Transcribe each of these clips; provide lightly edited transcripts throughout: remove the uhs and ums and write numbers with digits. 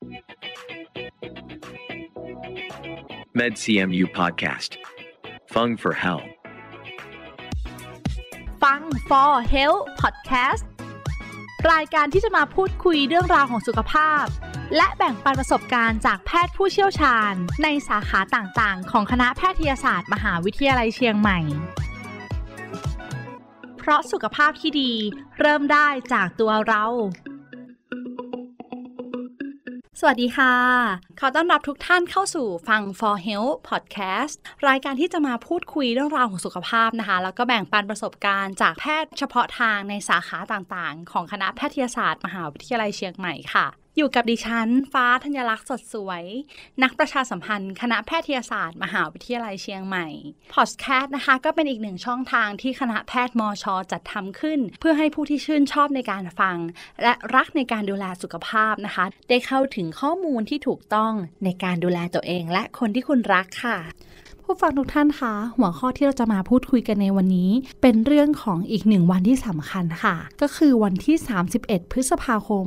MedCMU Podcast. Fung for Hell. ฟัง for Health Podcast รายการที่จะมาพูดคุยเรื่องราวของสุขภาพและแบ่งปันประสบการณ์จากแพทย์ผู้เชี่ยวชาญในสาขาต่างๆของคณะแพทยศาสตร์มหาวิทยาลัยเชียงใหม่เพราะสุขภาพที่ดีเริ่มได้จากตัวเราสวัสดีค่ะขอต้อนรับทุกท่านเข้าสู่ฟัง For Health Podcast รายการที่จะมาพูดคุยเรื่องราวของสุขภาพนะคะแล้วก็แบ่งปันประสบการณ์จากแพทย์เฉพาะทางในสาขาต่างๆของคณะแพทยศาสตร์มหาวิทยาลัยเชียงใหม่ค่ะอยู่กับดิฉันฟ้าธัญลักษณ์สดสวยนักประชาสัมพันธ์คณะแพทยศาสตร์มหาวิทยาลัยเชียงใหม่พอดแคสต์นะคะก็เป็นอีกหนึ่งช่องทางที่คณะแพทย์มช.จัดทำขึ้นเพื่อให้ผู้ที่ชื่นชอบในการฟังและรักในการดูแลสุขภาพนะคะได้เข้าถึงข้อมูลที่ถูกต้องในการดูแลตัวเองและคนที่คุณรักค่ะผู้ฟังทุกท่านคะหัวข้อที่เราจะมาพูดคุยกันในวันนี้เป็นเรื่องของอีกหนึ่งวันที่สำคัญค่ะก็คือวันที่31พฤษภาคม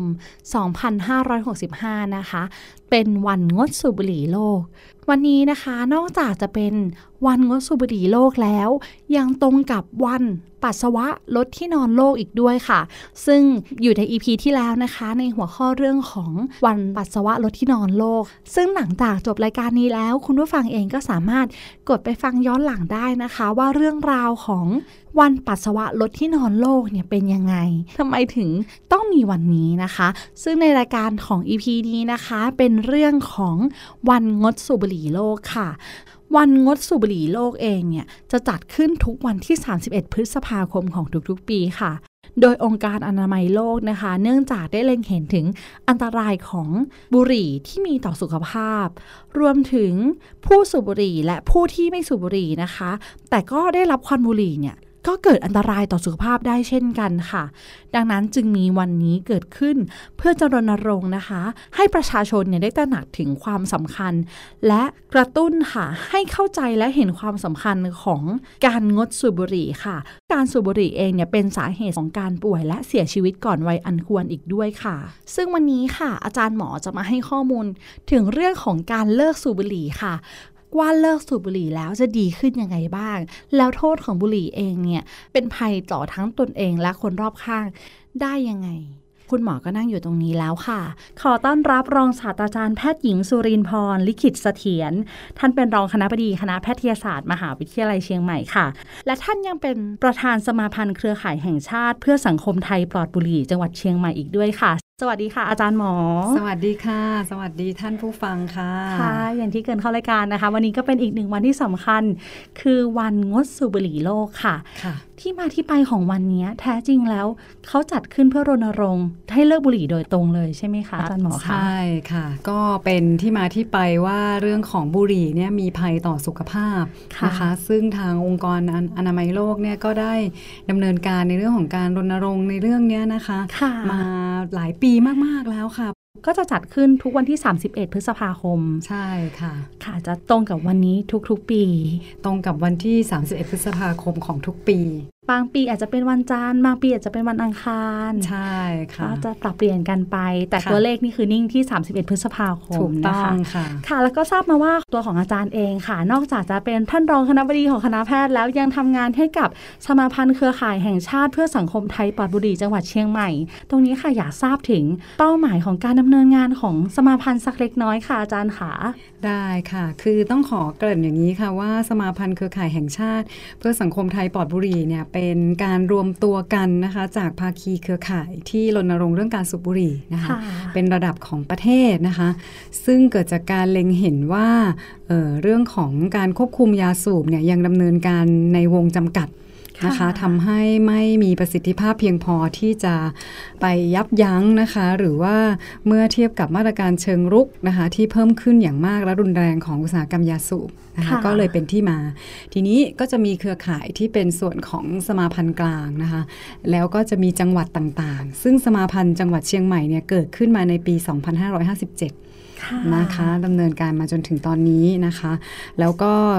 2565นะคะเป็นวันงดสูบบุหรี่โลกวันนี้นะคะนอกจากจะเป็นวันงดสูบบุหรี่โลกแล้วยังตรงกับวันปัสสาวะลดที่นอนโลกอีกด้วยค่ะซึ่งอยู่ใน EP ที่แล้วนะคะในหัวข้อเรื่องของวันปัสสาวะลดที่นอนโลกซึ่งหลังจากจบรายการนี้แล้วคุณผู้ฟังเองก็สามารถกดไปฟังย้อนหลังได้นะคะว่าเรื่องราวของวันปัสสาวะลดที่นอนโลกเนี่ยเป็นยังไงทำไมถึงต้องมีวันนี้นะคะซึ่งในรายการของ EP นี้นะคะเป็นเรื่องของวันงดสูบบุหรี่โลกค่ะวันงดสูบบุหรี่โลกเองเนี่ยจะจัดขึ้นทุกวันที่31พฤษภาคมของทุกๆปีค่ะโดยองค์การอนามัยโลกนะคะเนื่องจากได้เล็งเห็นถึงอันตรายของบุหรี่ที่มีต่อสุขภาพรวมถึงผู้สูบบุหรี่และผู้ที่ไม่สูบบุหรี่นะคะแต่ก็ได้รับควันบุหรี่เนี่ยก็เกิดอันตรายต่อสุขภาพได้เช่นกันค่ะดังนั้นจึงมีวันนี้เกิดขึ้นเพื่อจะรณรงค์นะคะให้ประชาชนเนี่ยได้ตระหนักถึงความสำคัญและกระตุ้นค่ะให้เข้าใจและเห็นความสำคัญของการงดสูบบุหรี่ค่ะการสูบบุหรี่เองเนี่ยเป็นสาเหตุของการป่วยและเสียชีวิตก่อนวัยอันควรอีกด้วยค่ะซึ่งวันนี้ค่ะอาจารย์หมอจะมาให้ข้อมูลถึงเรื่องของการเลิกสูบบุหรี่ค่ะว่าเลิกสูบบุหรี่แล้วจะดีขึ้นยังไงบ้างแล้วโทษของบุหรี่เองเนี่ยเป็นภัยต่อทั้งตนเองและคนรอบข้างได้ยังไงคุณหมอก็นั่งอยู่ตรงนี้แล้วค่ะขอต้อนรับรองศาสตราจารย์แพทย์หญิงสุรินทร์พรลิขิตเสถียรท่านเป็นรองคณบดีคณะแพทยศาสตร์มหาวิทยาลัยเชียงใหม่ค่ะและท่านยังเป็นประธานสมาพันธ์เครือข่ายแห่งชาติเพื่อสังคมไทยปลอดบุหรี่จังหวัดเชียงใหม่อีกด้วยค่ะสวัสดีค่ะอาจารย์หมอสวัสดีค่ะสวัสดีท่านผู้ฟังค่ะค่ะอย่างที่เกินเข้ารายการนะคะวันนี้ก็เป็นอีกหนึ่งวันที่สำคัญคือวันงดสูบบุหรี่โลกค่ะที่มาที่ไปของวันนี้แท้จริงแล้วเขาจัดขึ้นเพื่อรณรงค์ให้เลิกบุหรี่โดยตรงเลยใช่ไหมคะอาจารย์หมอคะใช่ค่ะก็เป็นที่มาที่ไปว่าเรื่องของบุหรี่เนี่ยมีภัยต่อสุขภาพนะคะซึ่งทางองค์กรอนามัยโลกเนี่ยก็ได้ดำเนินการในเรื่องของการรณรงค์ในเรื่องนี้นะคะมาหลายปีมากๆแล้วค่ะก็จะจัดขึ้นทุกวันที่31พฤษภาคมใช่ค่ะค่ะจะตรงกับวันนี้ทุกๆปีตรงกับวันที่31พฤษภาคมของทุกปีบางปีอาจจะเป็นวันจันทร์บางปีอาจจะเป็นวันอังคารใช่ค่ะก็จะปรับเปลี่ยนกันไปแต่ตัวเลขนี่คือนิ่งที่31พฤษภาคมถูกต้องค่ะแล้วก็ทราบมาว่าตัวของอาจารย์เองค่ะนอกจากจะเป็นท่านรองคณบดีของคณะแพทย์แล้วยังทำงานให้กับสมาพันธ์เครือข่ายแห่งชาติเพื่อสังคมไทยปลอดบุหรี่จังหวัดเชียงใหม่ตรงนี้ค่ะอยากทราบถึงเป้าหมายของการดำเนินงานของสมาพันธ์สักเล็กน้อยค่ะอาจารย์ค่ะได้ค่ะคือต้องขอเกริ่นอย่างนี้ค่ะว่าสมาพันธ์เครือข่ายแห่งชาติเพื่อสังคมไทยปลอดบุหรี่เนี่ยเป็นการรวมตัวกันนะคะจากภาคีเครือข่ายที่รณรงค์เรื่องการสูบบุหรี่นะคะเป็นระดับของประเทศนะคะซึ่งเกิดจากการเล็งเห็นว่าเรื่องของการควบคุมยาสูบเนี่ยยังดำเนินการในวงจำกัดนะคะทำให้ไม่มีประสิทธิภาพเพียงพอที่จะไปยับยั้งนะคะหรือว่าเมื่อเทียบกับมาตรการเชิงรุกนะคะที่เพิ่มขึ้นอย่างมากและรุนแรงของอุตสาหกรรมยาสูบนะคะก็เลยเป็นที่มาทีนี้ก็จะมีเครือข่ายที่เป็นส่วนของสมาพันธ์กลางนะคะแล้วก็จะมีจังหวัดต่างๆซึ่งสมาพันธ์จังหวัดเชียงใหม่เนี่ยเกิดขึ้นมาในปี 2557นะคะดำเนินการมาจนถึงตอนนี้นะคะแล้วก็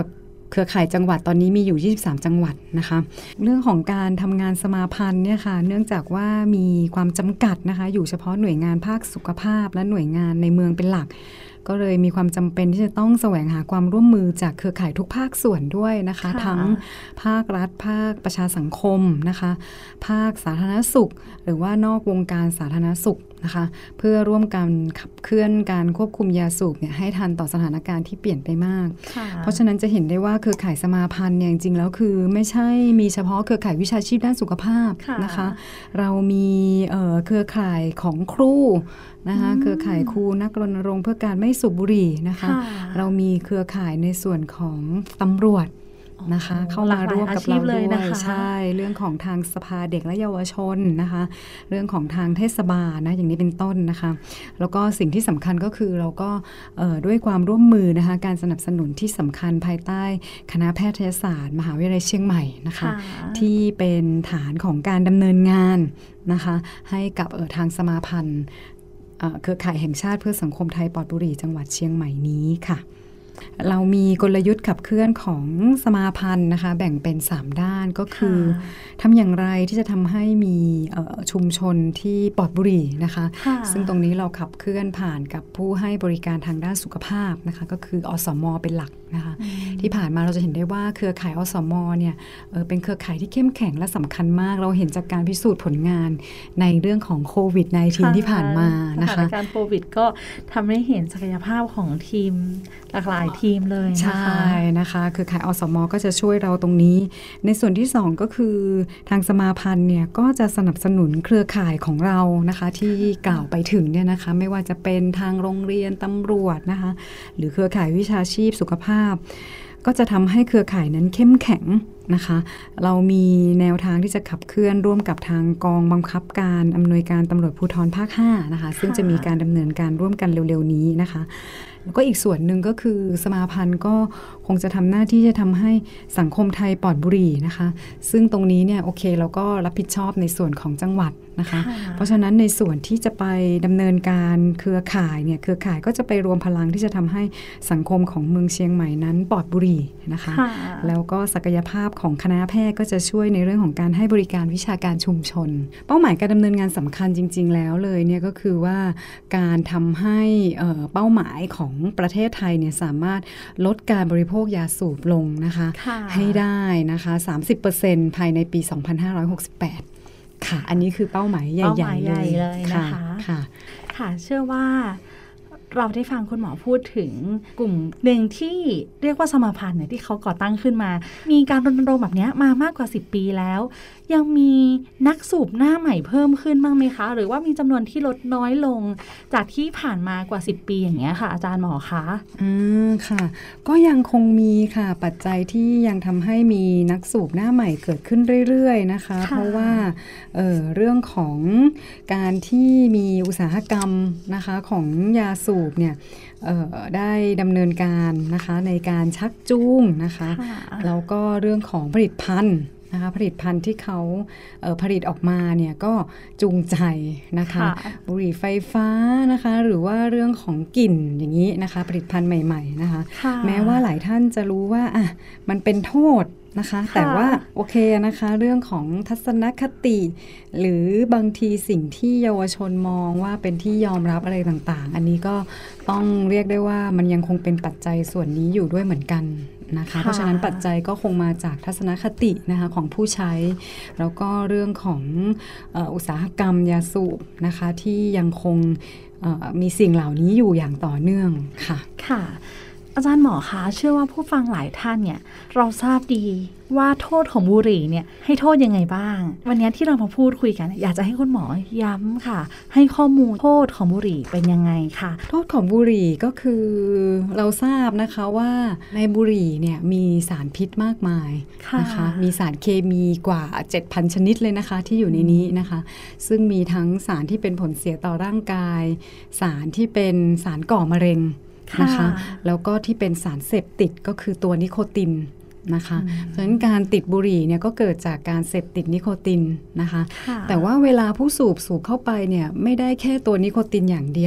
เครือข่ายจังหวัดตอนนี้มีอยู่23จังหวัดนะคะเรื่องของการทำงานสมาพันธ์เนี่ยค่ะเนื่องจากว่ามีความจำกัดนะคะอยู่เฉพาะหน่วยงานภาคสุขภาพและหน่วยงานในเมืองเป็นหลักก็เลยมีความจำเป็นที่จะต้องแสวงหาความร่วมมือจากเครือข่ายทุกภาคส่วนด้วยนะคะทั้งภาครัฐภาคประชาสังคมนะคะภาคสาธารณสุขหรือว่านอกวงการสาธารณสุขนะคะเพื่อร่วมกันขับเคลื่อนการควบคุมยาสูบเนี่ยให้ทันต่อสถานการณ์ที่เปลี่ยนไปมากเพราะฉะนั้นจะเห็นได้ว่าเครือข่ายสมาพันธ์เนี่ยจริงๆแล้วคือไม่ใช่มีเฉพาะเครือข่ายวิชาชีพด้านสุขภาพนะคะเรามีเครือข่ายของครูนะคะเครือข่ายครูนักรณรงค์เพื่อการไม่สูบบุหรี่นะคะเรามีเครือข่ายในส่วนของตำรวจนะคะเข้ามาร่วมกับเราด้วยใช่เรื่องของทางสภาเด็กและเยาวชนนะคะเรื่องของทางเทศบาลนะอย่างนี้เป็นต้นนะคะแล้วก็สิ่งที่สำคัญก็คือเราก็ด้วยความร่วมมือนะคะการสนับสนุนที่สำคัญภายใต้คณะแพทยศาสตร์มหาวิทยาลัยเชียงใหม่นะคะที่เป็นฐานของการดำเนินงานนะคะให้กับทางสมาพันธ์เครือข่ายแห่งชาติเพื่อสังคมไทยปลอดบุหรี่จังหวัดเชียงใหม่นี้ค่ะเรามีกลยุทธ์ขับเคลื่อนของสมาพันธ์นะคะแบ่งเป็น3ด้านก็คือทำอย่างไรที่จะทำให้มีชุมชนที่ปลอดบุหรี่นะคะซึ่งตรงนี้เราขับเคลื่อนผ่านกับผู้ให้บริการทางด้านสุขภาพนะคะก็คืออสม.เป็นหลักนะคะที่ผ่านมาเราจะเห็นได้ว่าเครือข่ายอสม.เนี่ยเป็นเครือข่ายที่เข้มแข็งและสำคัญมากเราเห็นจากการพิสูจน์ผลงานในเรื่องของโควิด -19 ที่ผ่านมานะคะสถานการณ์โควิดก็ทำให้เห็นศักยภาพของทีมหลากหลายทีมเลยนะคะใช่นะคะเครือข่ายอสม.ก็จะช่วยเราตรงนี้ในส่วนที่2ก็คือทางสมาพันธ์เนี่ยก็จะสนับสนุนเครือข่ายของเรานะคะที่กล่าวไปถึงเนี่ยนะคะไม่ว่าจะเป็นทางโรงเรียนตำรวจนะคะหรือเครือข่ายวิชาชีพสุขภาพก็จะทำให้เครือข่ายนั้นเข้มแข็งนะคะเรามีแนวทางที่จะขับเคลื่อนร่วมกับทางกองบังคับการอำนวยการตำรวจภูธรภาค5นะคะซึ่งจะมีการดำเนินการร่วมกันเร็วๆนี้นะคะแล้วก็อีกส่วนหนึ่งก็คือสมาพันธ์ก็คงจะทำหน้าที่จะทำให้สังคมไทยปลอดบุหรี่นะคะซึ่งตรงนี้เนี่ยโอเคเราก็รับผิดชอบในส่วนของจังหวัดนะคะเพราะฉะนั้นในส่วนที่จะไปดำเนินการเครือข่ายเนี่ยเครือข่ายก็จะไปรวมพลังที่จะทำให้สังคมของเมืองเชียงใหม่นั้นปลอดบุหรี่นะคะแล้วก็ศักยภาพของคณะแพทย์ก็จะช่วยในเรื่องของการให้บริการวิชาการชุมชนเป้าหมายการดำเนินงานสำคัญจริงๆแล้วเลยเนี่ยก็คือว่าการทำให้เป้าหมายของประเทศไทยเนี่ยสามารถลดการบริโภคยาสูบลงนะคะให้ได้นะคะ 30% ภายในปี 2568 ค่ะอันนี้คือเป้าหมายใหญ่ๆเลยนะคะค่ะเชื่อว่าเราได้ฟังคุณหมอพูดถึงกลุ่มหนึ่งที่เรียกว่าสมาพันธ์เนี่ยที่เขาก่อตั้งขึ้นมามีการรณรงค์แบบนี้มามากกว่า10ปีแล้วยังมีนักสูบหน้าใหม่เพิ่มขึ้นบ้างไหมคะหรือว่ามีจำนวนที่ลดน้อยลงจากที่ผ่านมากว่า10ปีอย่างเงี้ยค่ะอาจารย์หมอคะค่ะก็ยังคงมีค่ะปัจจัยที่ยังทำให้มีนักสูบหน้าใหม่เกิดขึ้นเรื่อยๆนะคะเพราะว่าเรื่องของการที่มีอุตสาหกรรมนะคะของยาสูบเนี่ยได้ดำเนินการนะคะในการชักจูงนะคะแล้วก็เรื่องของผลิตภัณฑ์นะคะผลิตภัณฑ์ที่เขาผลิตออกมาเนี่ยก็จูงใจนะคะบุหรี่ไฟฟ้านะคะหรือว่าเรื่องของกลิ่นอย่างนี้นะคะผลิตภัณฑ์ใหม่ๆนะคะแม้ว่าหลายท่านจะรู้ว่ามันเป็นโทษนะคะแต่ว่าโอเคนะคะเรื่องของทัศนคติหรือบางทีสิ่งที่เยาวชนมองว่าเป็นที่ยอมรับอะไรต่างๆอันนี้ก็ต้องเรียกได้ว่ามันยังคงเป็นปัจจัยส่วนนี้อยู่ด้วยเหมือนกันนะคะเพราะฉะนั้นปัจจัยก็คงมาจากทัศนคตินะคะของผู้ใช้แล้วก็เรื่องของอุตสาหกรรมยาสูบนะคะที่ยังคงมีสิ่งเหล่านี้อยู่อย่างต่อเนื่องค่ะอาจารย์หมอคะเชื่อว่าผู้ฟังหลายท่านเนี่ยเราทราบดีว่าโทษของบุหรี่เนี่ยให้โทษยังไงบ้างวันนี้ที่เรามาพูดคุยกันอยากจะให้คุณหมอย้ำค่ะให้ข้อมูลโทษของบุหรี่เป็นยังไงค่ะโทษของบุหรี่ก็คือเราทราบนะคะว่าในบุหรี่เนี่ยมีสารพิษมากมายนะคะมีสารเคมีกว่า 7,000 ชนิดเลยนะคะที่อยู่ในนี้นะคะซึ่งมีทั้งสารที่เป็นผลเสียต่อร่างกายสารที่เป็นสารก่อมะเร็งนะคะแล้วก็ที่เป็นสารเสพติดก็คือตัวนิโคตินนะคะเพราะฉะนั้นการติดบุหรี่เนี่ยก็เกิดจากการเสพติดนิโคตินนะคะแต่ว่าเวลาผู้สูบเข้าไปเนี่ยไม่ได้แค่ตัวนิโคตินอย่างเดียว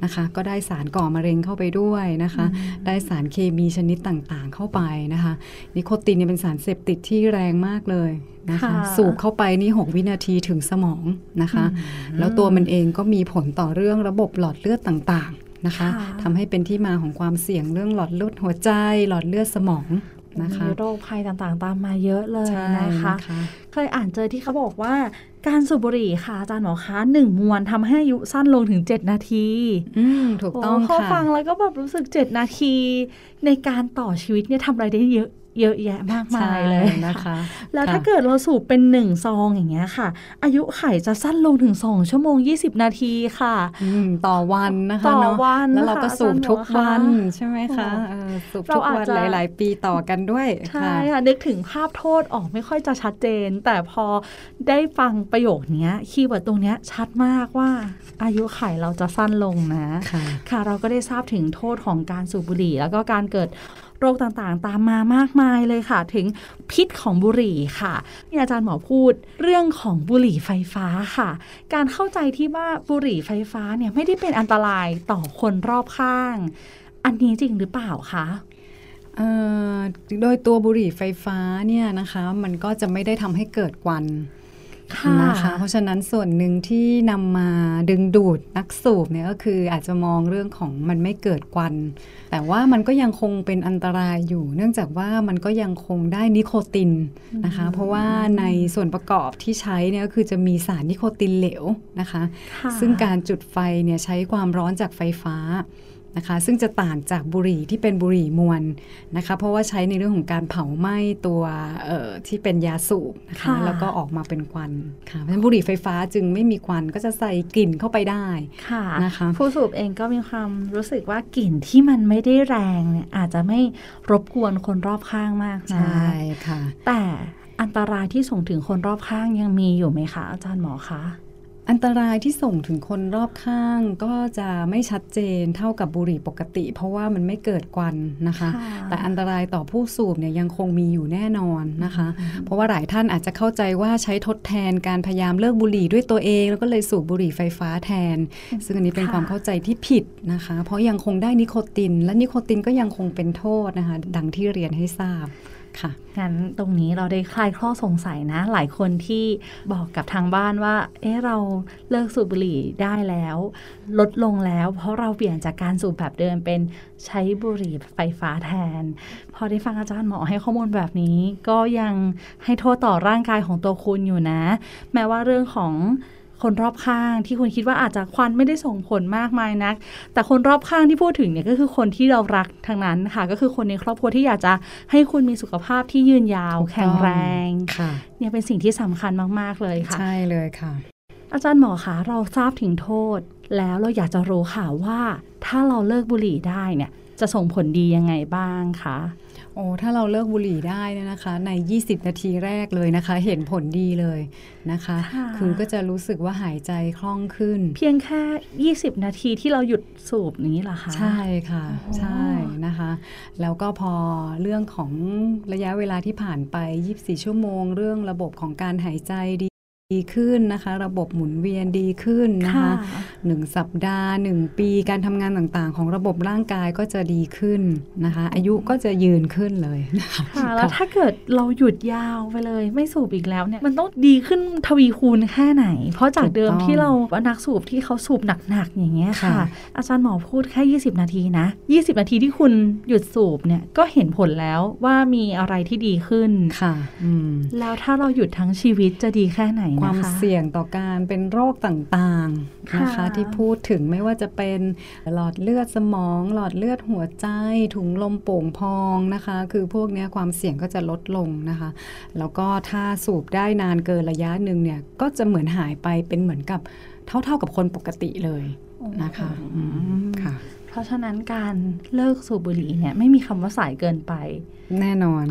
นะคะก็ได้สารก่อมะเร็งเข้าไปด้วยนะคะได้สารเคมีชนิดต่างๆเข้าไปนะคะนิโคตินเนี่ยเป็นสารเสพติดที่แรงมากเลยนะคะสูบเข้าไปนี่6วินาทีถึงสมองนะคะแล้วตัวมันเองก็มีผลต่อเรื่องระบบหลอดเลือดต่างๆนะคะทำให้เป็นที่มาของความเสี่ยงเรื่องหลอดเลือดหัวใจหลอดเลือดสมองนะคะมีโรคภัยต่างๆตามมาเยอะเลยนะคะเคยอ่านเจอที่เขาบอกว่าการสูบบุหรี่ค่ะอาจารย์หมอคะ1 มวนทำให้อายุสั้นลงถึง7 นาทีถูกต้องค่ะพอฟังแล้วก็แบบรู้สึก7 นาทีในการต่อชีวิตเนี่ยทำอะไรได้เยอะแยะมากมายเลยนะคะแล้วถ้าเกิดเราสูบเป็น1 ซองอย่างเงี้ยค่ะอายุไขจะสั้นลงถึง2 ชั่วโมง 20 นาทีค่ะต่อวันนะคะต่อวันแล้วเราก็สูบทุกวันใช่ไหมคะสูบทุกวันหลายๆปีต่อกันด้วยใช่ค่ะนึกถึงภาพโทษออกไม่ค่อยจะชัดเจนแต่พอได้ฟังประโยคนี้คีย์เวิร์ดตรงนี้ชัดมากว่าอายุไขเราจะสั้นลงนะค่ะเราก็ได้ทราบถึงโทษของการสูบบุหรี่แล้วก็การเกิดโรคต่างๆตามมามากมายเลยค่ะถึงพิษของบุหรี่ค่ะที่อาจารย์หมอพูดเรื่องของบุหรี่ไฟฟ้าค่ะการเข้าใจที่ว่าบุหรี่ไฟฟ้าเนี่ยไม่ได้เป็นอันตรายต่อคนรอบข้างอันนี้จริงหรือเปล่าคะโดยตัวบุหรี่ไฟฟ้าเนี่ยนะคะมันก็จะไม่ได้ทำให้เกิดควันนะคะเพราะฉะนั้นส่วนหนึ่งที่นำมาดึงดูดนักสูบเนี่ยก็คืออาจจะมองเรื่องของมันไม่เกิดควันแต่ว่ามันก็ยังคงเป็นอันตรายอยู่เนื่องจากว่ามันก็ยังคงได้นิโคตินนะคะเพราะว่าในส่วนประกอบที่ใช้เนี่ยก็คือจะมีสารนิโคตินเหลวนะคะซึ่งการจุดไฟเนี่ยใช้ความร้อนจากไฟฟ้านะคะซึ่งจะต่างจากบุหรี่ที่เป็นบุหรี่มวลนะคะเพราะว่าใช้ในเรื่องของการเผาไหม้ตัวที่เป็นยาสูบนะคะแล้วก็ออกมาเป็นควันค่ะเพราะฉะนั้นบุหรี่ไฟฟ้าจึงไม่มีควันก็จะใส่กลิ่นเข้าไปได้นะคะผู้สูบเองก็มีความรู้สึกว่ากลิ่นที่มันไม่ได้แรงเนี่ยอาจจะไม่รบกวนคนรอบข้างมากนะใช่ค่ะแต่อันตรายที่ส่งถึงคนรอบข้างยังมีอยู่ไหมคะอาจารย์หมอคะอันตรายที่ส่งถึงคนรอบข้างก็จะไม่ชัดเจนเท่ากับบุหรี่ปกติเพราะว่ามันไม่เกิดควันนะคะแต่อันตรายต่อผู้สูบเนี่ยยังคงมีอยู่แน่นอนนะคะเพราะว่าหลายท่านอาจจะเข้าใจว่าใช้ทดแทนการพยายามเลิกบุหรี่ด้วยตัวเองแล้วก็เลยสูบบุหรี่ไฟฟ้าแทนซึ่งอันนี้เป็นความเข้าใจที่ผิดนะคะเพราะยังคงได้นิโคตินและนิโคตินก็ยังคงเป็นโทษนะคะดังที่เรียนให้ทราบค่ะงั้นตรงนี้เราได้คลายข้อสงสัยนะหลายคนที่บอกกับทางบ้านว่าเราเลิกสูบบุหรี่ได้แล้วลดลงแล้วเพราะเราเปลี่ยนจากการสูบแบบเดิมเป็นใช้บุหรี่ไฟฟ้าแทนพอได้ฟังอาจารย์หมอให้ข้อมูลแบบนี้ก็ยังให้โทษต่อร่างกายของตัวคุณอยู่นะแม้ว่าเรื่องของคนรอบข้างที่คุณคิดว่าอาจจะควันไม่ได้ส่งผลมากมายนักแต่คนรอบข้างที่พูดถึงเนี่ยก็คือคนที่เรารักทั้งนั้นค่ะก็คือคนในครอบครัวที่อยากจะให้คุณมีสุขภาพที่ยืนยาวแข็งแรงเนี่ยเป็นสิ่งที่สำคัญมากๆเลยค่ะใช่เลยค่ะอาจารย์หมอคะเราทราบถึงโทษแล้วเราอยากจะรู้ค่ะว่าถ้าเราเลิกบุหรี่ได้เนี่ยจะส่งผลดียังไงบ้างคะถ้าเราเลิกบุหรี่ได้นะคะใน20 นาทีแรกเลยนะคะเห็นผลดีเลยนะคะคือก็จะรู้สึกว่าหายใจคล่องขึ้นเพียงแค่20 นาทีที่เราหยุดสูบนี้เหรอคะใช่ค่ะใช่นะคะแล้วก็พอเรื่องของระยะเวลาที่ผ่านไป24 ชั่วโมงเรื่องระบบของการหายใจดีขึ้นนะคะระบบหมุนเวียนดีขึ้นนะคะ1 สัปดาห์1 ปีการทำงานต่างๆของระบบร่างกายก็จะดีขึ้นนะคะอายุก็จะยืนขึ้นเลยนะคะแล้วถ้าเกิดเราหยุดยาวไปเลยไม่สูบอีกแล้วเนี่ยมันต้องดีขึ้นทวีคูณแค่ไหนเพราะจากเดิมที่เรานักสูบที่เขาสูบหนักๆอย่างเงี้ยค่ะอาจารย์หมอพูดแค่20 นาทีนะ20 นาทีที่คุณหยุดสูบเนี่ยก็เห็นผลแล้วว่ามีอะไรที่ดีขึ้นค่ะแล้วถ้าเราหยุดทั้งชีวิตจะดีแค่ไหนความเสี่ยงต่อการเป็นโรคต่างๆนะคะที่พูดถึงไม่ว่าจะเป็นหลอดเลือดสมองหลอดเลือดหัวใจถุงลมโป่งพองนะคะคือพวกนี้ความเสี่ยงก็จะลดลงนะคะแล้วก็ถ้าสูบได้นานเกินระยะหนึ่งเนี่ยก็จะเหมือนหายไปเป็นเหมือนกับเท่ากับคนปกติเลยนะคะค่ะเพราะฉะนั้นการเลิกสูบบุหรี่เนี่ยไม่มีคำว่าสายเกินไปแน่นอนค่ะ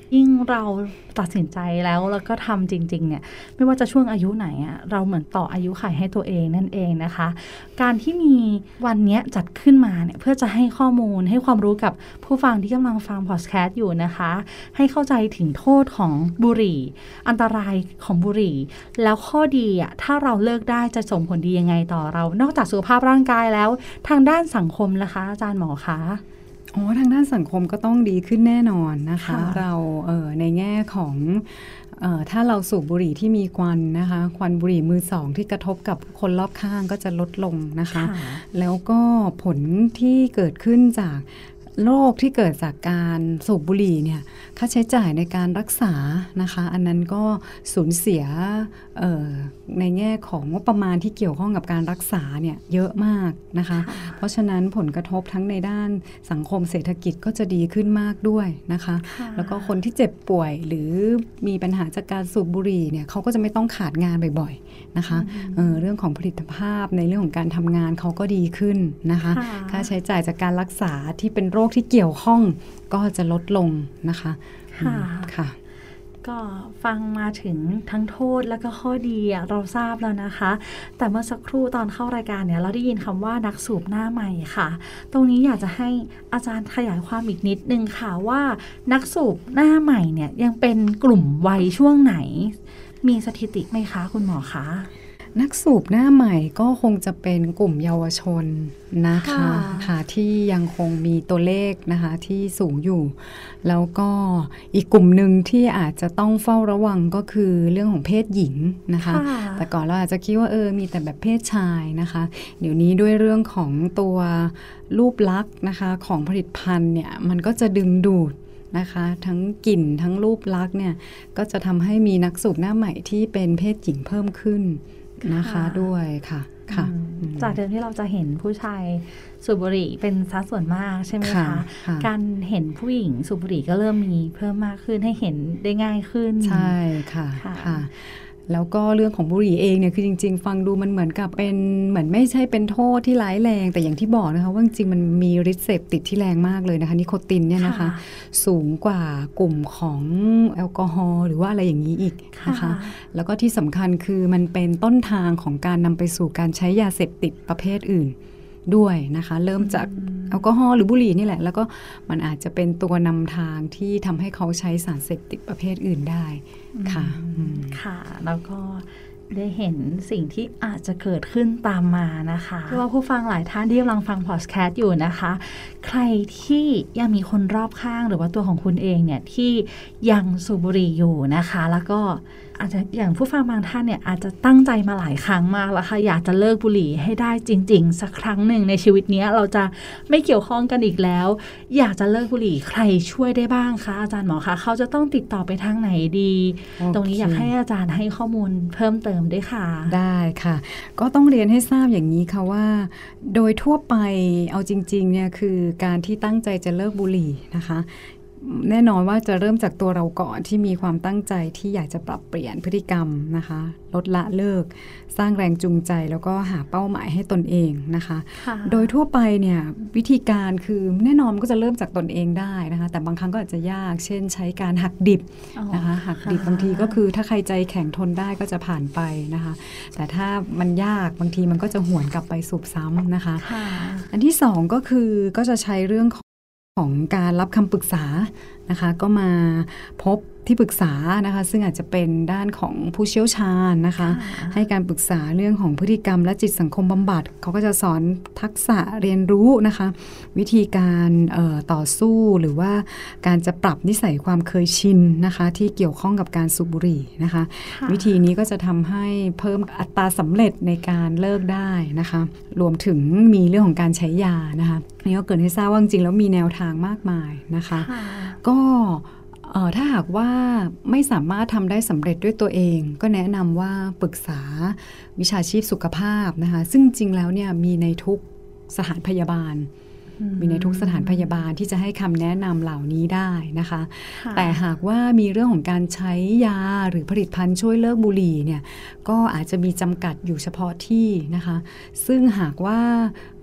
ยิ่งเราตัดสินใจแล้วก็ทำจริงๆเนี่ยไม่ว่าจะช่วงอายุไหนอะเราเหมือนต่ออายุขัยให้ตัวเองนั่นเองนะคะการที่มีวันนี้จัดขึ้นมาเนี่ยเพื่อจะให้ข้อมูลให้ความรู้กับผู้ฟังที่กำลังฟังพอดแคสต์อยู่นะคะให้เข้าใจถึงโทษของบุหรี่อันตรายของบุหรี่แล้วข้อดีอะถ้าเราเลิกได้จะส่งผลดียังไงต่อเรานอกจากสุขภาพร่างกายแล้วทางด้านสังคมล่ะคะอาจารย์หมอคะทางด้านสังคมก็ต้องดีขึ้นแน่นอนนะคะเราในแง่ของถ้าเราสูบบุหรี่ที่มีควันนะคะควันบุหรี่มือสองที่กระทบกับคนรอบข้างก็จะลดลงนะคะแล้วก็ผลที่เกิดขึ้นจากโรคที่เกิดจากการสูบบุหรี่เนี่ยค่าใช้จ่ายในการรักษานะคะอันนั้นก็สูญเสียในแง่ของงบประมาณที่เกี่ยวข้องกับการรักษาเนี่ยเยอะมากนะคะเพราะฉะนั้นผลกระทบทั้งในด้านสังคมเศรษฐกิจก็จะดีขึ้นมากด้วยนะคะแล้วก็คนที่เจ็บป่วยหรือมีปัญหาจากการสูบบุหรี่เนี่ยเขาก็จะไม่ต้องขาดงานบ่อยๆนะคะเรื่องของผลิตภาพในเรื่องของการทำงานเขาก็ดีขึ้นนะคะค่าใช้จ่ายจากการรักษาที่เป็นโรคที่เกี่ยวข้องก็จะลดลงนะคะค่ะก็ฟังมาถึงทั้งโทษแล้วก็ข้อดีเราทราบแล้วนะคะแต่เมื่อสักครู่ตอนเข้ารายการเนี่ยเราได้ยินคำว่านักสูบหน้าใหม่ค่ะตรงนี้อยากจะให้อาจารย์ขยายความอีกนิดนึงค่ะว่านักสูบหน้าใหม่เนี่ยยังเป็นกลุ่มวัยช่วงไหนมีสถิติไหมคะคุณหมอคะนักสูบหน้าใหม่ก็คงจะเป็นกลุ่มเยาวชนนะคะค่ะที่ยังคงมีตัวเลขนะคะที่สูงอยู่แล้วก็อีกกลุ่มหนึ่งที่อาจจะต้องเฝ้าระวังก็คือเรื่องของเพศหญิงนะคะแต่ก่อนเราอาจจะคิดว่ามีแต่แบบเพศชายนะคะเดี๋ยวนี้ด้วยเรื่องของตัวรูปลักษณ์นะคะของผลิตภัณฑ์เนี่ยมันก็จะดึงดูดนะคะทั้งกลิ่นทั้งรูปลักษณ์เนี่ยก็จะทำให้มีนักสูบหน้าใหม่ที่เป็นเพศหญิงเพิ่มขึ้นนะคะด้วยค่ะจากเดิมที่เราจะเห็นผู้ชายสูบบุหรี่เป็นสัดส่วนมากใช่ไหมคะการเห็นผู้หญิงสูบบุหรี่ก็เริ่มมีเพิ่มมากขึ้นให้เห็นได้ง่ายขึ้นใช่ค่ะแล้วก็เรื่องของบุหรี่เองเนี่ยคือจริงๆฟังดูมันเหมือนกับเป็นเหมือนไม่ใช่เป็นโทษที่ร้ายแรงแต่อย่างที่บอกนะคะว่าจริงๆมันมีฤทธิ์เสพติดที่แรงมากเลยนะคะนิโคตินเนี่ยนะคะสูงกว่ากลุ่มของแอลกอฮอล์หรือว่าอะไรอย่างนี้อีกนะคะแล้วก็ที่สำคัญคือมันเป็นต้นทางของการนำไปสู่การใช้ยาเสพติดประเภทอื่นด้วยนะคะเริ่มจากแอลกอฮอล์หรือบุหรี่นี่แหละแล้วก็มันอาจจะเป็นตัวนำทางที่ทำให้เขาใช้สารเสพติดประเภทอื่นได้ค่ะค่ะแล้วก็ได้เห็นสิ่งที่อาจจะเกิดขึ้นตามมานะคะเพราะว่าผู้ฟังหลายท่านที่กำลังฟังพอดแคสต์อยู่นะคะใครที่ยังมีคนรอบข้างหรือว่าตัวของคุณเองเนี่ยที่ยังสูบบุหรี่อยู่นะคะแล้วก็อาจจะอย่างผู้ฟังบางท่านเนี่ยอาจจะตั้งใจมาหลายครั้งมากแล้วค่ะอยากจะเลิกบุหรี่ให้ได้จริงๆสักครั้งหนึ่งในชีวิตนี้เราจะไม่เกี่ยวข้องกันอีกแล้วอยากจะเลิกบุหรี่ใครช่วยได้บ้างคะอาจารย์หมอคะเขาจะต้องติดต่อไปทางไหนดี ตรงนี้อยากให้อาจารย์ให้ข้อมูลเพิ่มเติมด้วยค่ะได้ค่ะก็ต้องเรียนให้ทราบอย่างนี้ค่ะว่าโดยทั่วไปเอาจริงๆเนี่ยคือการที่ตั้งใจจะเลิกบุหรี่นะคะแน่นอนว่าจะเริ่มจากตัวเราก่อนที่มีความตั้งใจที่อยากจะปรับเปลี่ยนพฤติกรรมนะคะลดละเลิกสร้างแรงจูงใจแล้วก็หาเป้าหมายให้ตนเองนะคะโดยทั่วไปเนี่ยวิธีการคือแน่นอนก็จะเริ่มจากตนเองได้นะคะแต่บางครั้งก็อาจจะยากเช่นใช้การหักดิบนะคะหักดิบบางทีก็คือถ้าใครใจแข็งทนได้ก็จะผ่านไปนะคะแต่ถ้ามันยากบางทีมันก็จะหวนกลับไปสูบซ้ำนะคะอันที่สองก็คือก็จะใช้เรื่องของการรับคำปรึกษานะคะก็มาพบที่ปรึกษานะคะซึ่งอาจจะเป็นด้านของผู้เชี่ยวชาญนะคะให้การปรึกษาเรื่องของพฤติกรรมและจิตสังคมบำบัดเขาก็จะสอนทักษะเรียนรู้นะคะวิธีการต่อสู้หรือว่าการจะปรับนิสัยความเคยชินนะคะที่เกี่ยวข้องกับการสูบบุหรี่นะคะวิธีนี้ก็จะทำให้เพิ่มอัตราสำเร็จในการเลิกได้นะคะรวมถึงมีเรื่องของการใช้ยานะคะนี่ก็เกิดให้ทราบว่าจริงๆแล้วมีแนวทางมากมายนะคะก็ถ้าหากว่าไม่สามารถทำได้สำเร็จด้วยตัวเองก็แนะนำว่าปรึกษาวิชาชีพสุขภาพนะคะซึ่งจริงแล้วเนี่ยมีในทุกสถานพยาบาลมีในทุกสถานพยาบาลที่จะให้คำแนะนำเหล่านี้ได้นะคะแต่หากว่ามีเรื่องของการใช้ยาหรือผลิตภัณฑ์ช่วยเลิกบุหรี่เนี่ยก็อาจจะมีจำกัดอยู่เฉพาะที่นะคะซึ่งหากว่า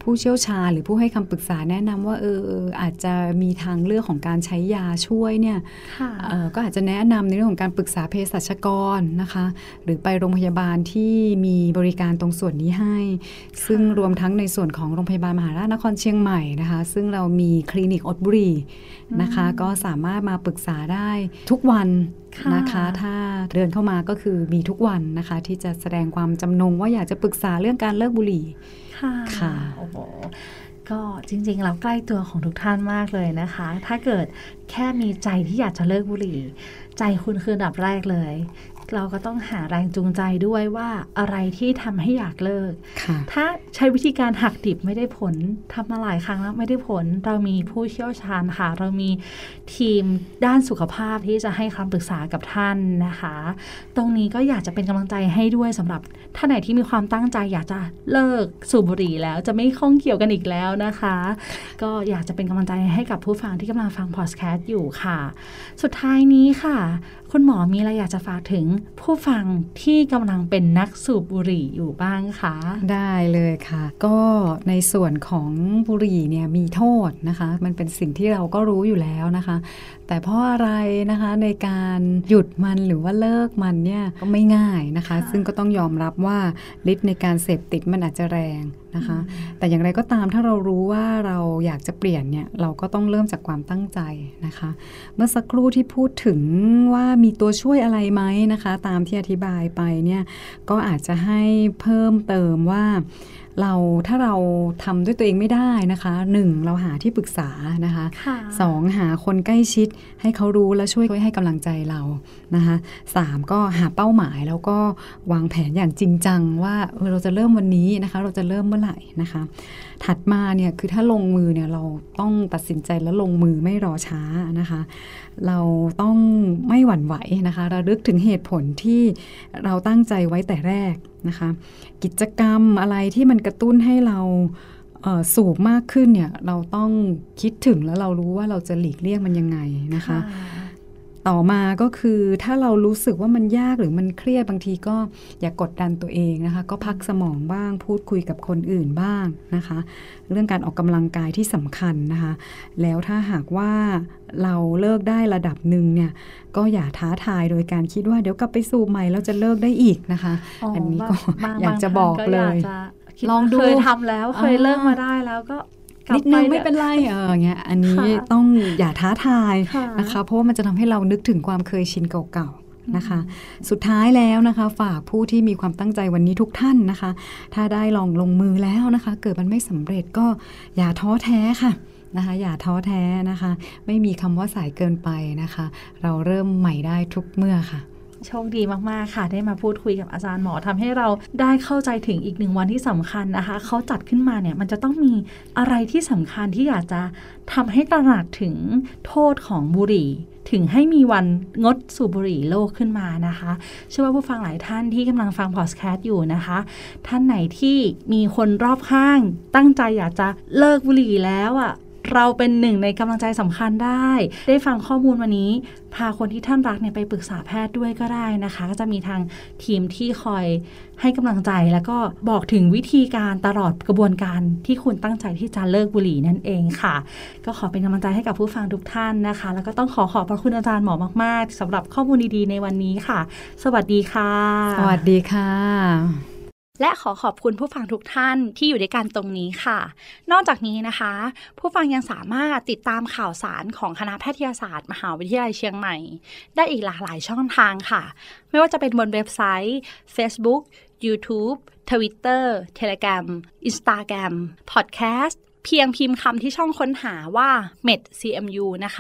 ผู้เชี่ยวชาญหรือผู้ให้คำปรึกษาแนะนำว่าอาจจะมีทางเลือกของการใช้ยาช่วยเนี่ยก็อาจจะแนะนำในเรื่องของการปรึกษาเภสัชกรนะคะหรือไปโรงพยาบาลที่มีบริการตรงส่วนนี้ให้ซึ่งรวมทั้งในส่วนของโรงพยาบาลมหาราชนครเชียงใหม่นะคะซึ่งเรามีคลินิกอดบุรีนะคะก็สามารถมาปรึกษาได้ทุกวันนะคะถ้าเดินเข้ามาก็คือมีทุกวันนะคะที่จะแสดงความจำนงว่าอยากจะปรึกษาเรื่องการเลิกบุหรี่ค่ะโอ้โหก็จริงๆเราใกล้ตัวของทุกท่านมากเลยนะคะถ้าเกิดแค่มีใจที่อยากจะเลิกบุหรี่ใจคุณคืออันดับแรกเลยเราก็ต้องหาแรงจูงใจด้วยว่าอะไรที่ทำให้อยากเลิกถ้าใช้วิธีการหักดิบไม่ได้ผลทำมาหลายครั้งแล้วไม่ได้ผลเรามีผู้เชี่ยวชาญค่ะเรามีทีมด้านสุขภาพที่จะให้คำปรึกษากับท่านนะคะตรงนี้ก็อยากจะเป็นกำลังใจให้ด้วยสำหรับท่านไหนที่มีความตั้งใจอยากจะเลิกสูบบุหรี่แล้วจะไม่ข้องเกี่ยวกันอีกแล้วนะคะก็อยากจะเป็นกำลังใจให้กับผู้ฟังที่กำลังฟังพอดแคสต์อยู่ค่ะสุดท้ายนี้ค่ะคุณหมอมีอะไรอยากจะฝากถึงผู้ฟังที่กำลังเป็นนักสูบบุหรี่อยู่บ้างคะได้เลยค่ะก็ในส่วนของบุหรี่เนี่ยมีโทษนะคะมันเป็นสิ่งที่เราก็รู้อยู่แล้วนะคะแต่เพราะอะไรนะคะในการหยุดมันหรือว่าเลิกมันเนี่ยก็ไม่ง่ายนะคะซึ่งก็ต้องยอมรับว่าฤทธิ์ในการเสพติดมันอาจจะแรงนะคะแต่อย่างไรก็ตามถ้าเรารู้ว่าเราอยากจะเปลี่ยนเนี่ยเราก็ต้องเริ่มจากความตั้งใจนะคะเมื่อสักครู่ที่พูดถึงว่ามีตัวช่วยอะไรไหมนะคะตามที่อธิบายไปเนี่ยก็อาจจะให้เพิ่มเติมว่าถ้าเราทำด้วยตัวเองไม่ได้นะคะ1เราหาที่ปรึกษานะคะ2หาคนใกล้ชิดให้เขารู้และช่วยให้กำลังใจเรานะคะ3ก็หาเป้าหมายแล้วก็วางแผนอย่างจริงจังว่าเราจะเริ่มวันนี้นะคะเราจะเริ่มเมื่อไหร่นะคะถัดมาเนี่ยคือถ้าลงมือเนี่ยเราต้องตัดสินใจและลงมือไม่รอช้านะคะเราต้องไม่หวั่นไหวนะคะระลึกถึงเหตุผลที่เราตั้งใจไว้แต่แรกนะคะกิจกรรมอะไรที่มันกระตุ้นให้เราสูบมากขึ้นเนี่ยเราต้องคิดถึงแล้วเรารู้ว่าเราจะหลีกเลี่ยงมันยังไงนะคะต่อมาก็คือถ้าเรารู้สึกว่ามันยากหรือมันเครียดบางทีก็อย่ากดดันตัวเองนะคะก็พักสมองบ้างพูดคุยกับคนอื่นบ้างนะคะเรื่องการออกกำลังกายที่สำคัญนะคะแล้วถ้าหากว่าเราเลิกได้ระดับหนึ่งเนี่ยก็อย่าท้าทายโดยการคิดว่าเดี๋ยวกลับไปสูบใหม่แล้วจะเลิกได้อีกนะคะอันนี้ก็อยากจะบอกเลยลองดูเคยทำแล้วเคยเลิกมาได้แล้วก็นิดนึงไม่เป็นไรเงี้ยอันนี้ต้องอย่าท้าทายนะคะเพราะว่ามันจะทำให้เรานึกถึงความเคยชินเก่าๆนะคะสุดท้ายแล้วนะคะฝากผู้ที่มีความตั้งใจวันนี้ทุกท่านนะคะถ้าได้ลองลงมือแล้วนะคะเกิดมันไม่สำเร็จก็อย่าท้อแท้ค่ะนะคะอย่าท้อแท้นะคะไม่มีคำว่าสายเกินไปนะคะเราเริ่มใหม่ได้ทุกเมื่อค่ะโชคดีมากๆค่ะได้มาพูดคุยกับอาจารย์หมอทำให้เราได้เข้าใจถึงอีก1วันที่สำคัญนะคะเขาจัดขึ้นมาเนี่ยมันจะต้องมีอะไรที่สำคัญที่อยากจะทำให้ตระหนักถึงโทษของบุหรี่ถึงให้มีวันงดสูบบุหรี่โลกขึ้นมานะคะเชื่อว่าผู้ฟังหลายท่านที่กำลังฟังพอดแคสต์อยู่นะคะท่านไหนที่มีคนรอบข้างตั้งใจอยากจะเลิกบุหรี่แล้วอ่ะเราเป็นหนึ่งในกำลังใจสำคัญได้ฟังข้อมูลวันนี้พาคนที่ท่านรักเนี่ยไปปรึกษาแพทย์ด้วยก็ได้นะคะก็จะมีทางทีมที่คอยให้กำลังใจแล้วก็บอกถึงวิธีการตลอดกระบวนการที่คุณตั้งใจที่จะเลิกบุหรี่นั่นเองค่ะก็ขอเป็นกำลังใจให้กับผู้ฟังทุกท่านนะคะแล้วก็ต้องขอบพระคุณอาจารย์หมอมากๆสำหรับข้อมูลดีๆในวันนี้ค่ะสวัสดีค่ะสวัสดีค่ะและขอบคุณผู้ฟังทุกท่านที่อยู่ด้วยกันตรงนี้ค่ะนอกจากนี้นะคะผู้ฟังยังสามารถติดตามข่าวสารของคณะแพทยศาสตร์มหาวิทยาลัยเชียงใหม่ได้อีกหลากหลายช่องทางค่ะไม่ว่าจะเป็นบนเว็บไซต์ Facebook YouTube Twitter Telegram Instagram Podcast เพียงพิมพ์คำที่ช่องค้นหาว่า medcmu นะคะ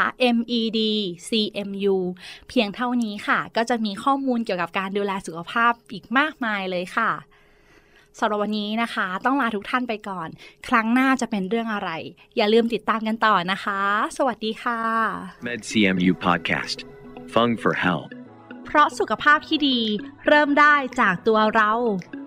medcmu เพียงเท่านี้ค่ะก็จะมีข้อมูลเกี่ยวกับการดูแลสุขภาพอีกมากมายเลยค่ะสำหรับวันนี้นะคะต้องลาทุกท่านไปก่อนครั้งหน้าจะเป็นเรื่องอะไรอย่าลืมติดตามกันต่อนะคะสวัสดีค่ะ MedCMU Podcast Fung for Health เพราะสุขภาพที่ดีเริ่มได้จากตัวเรา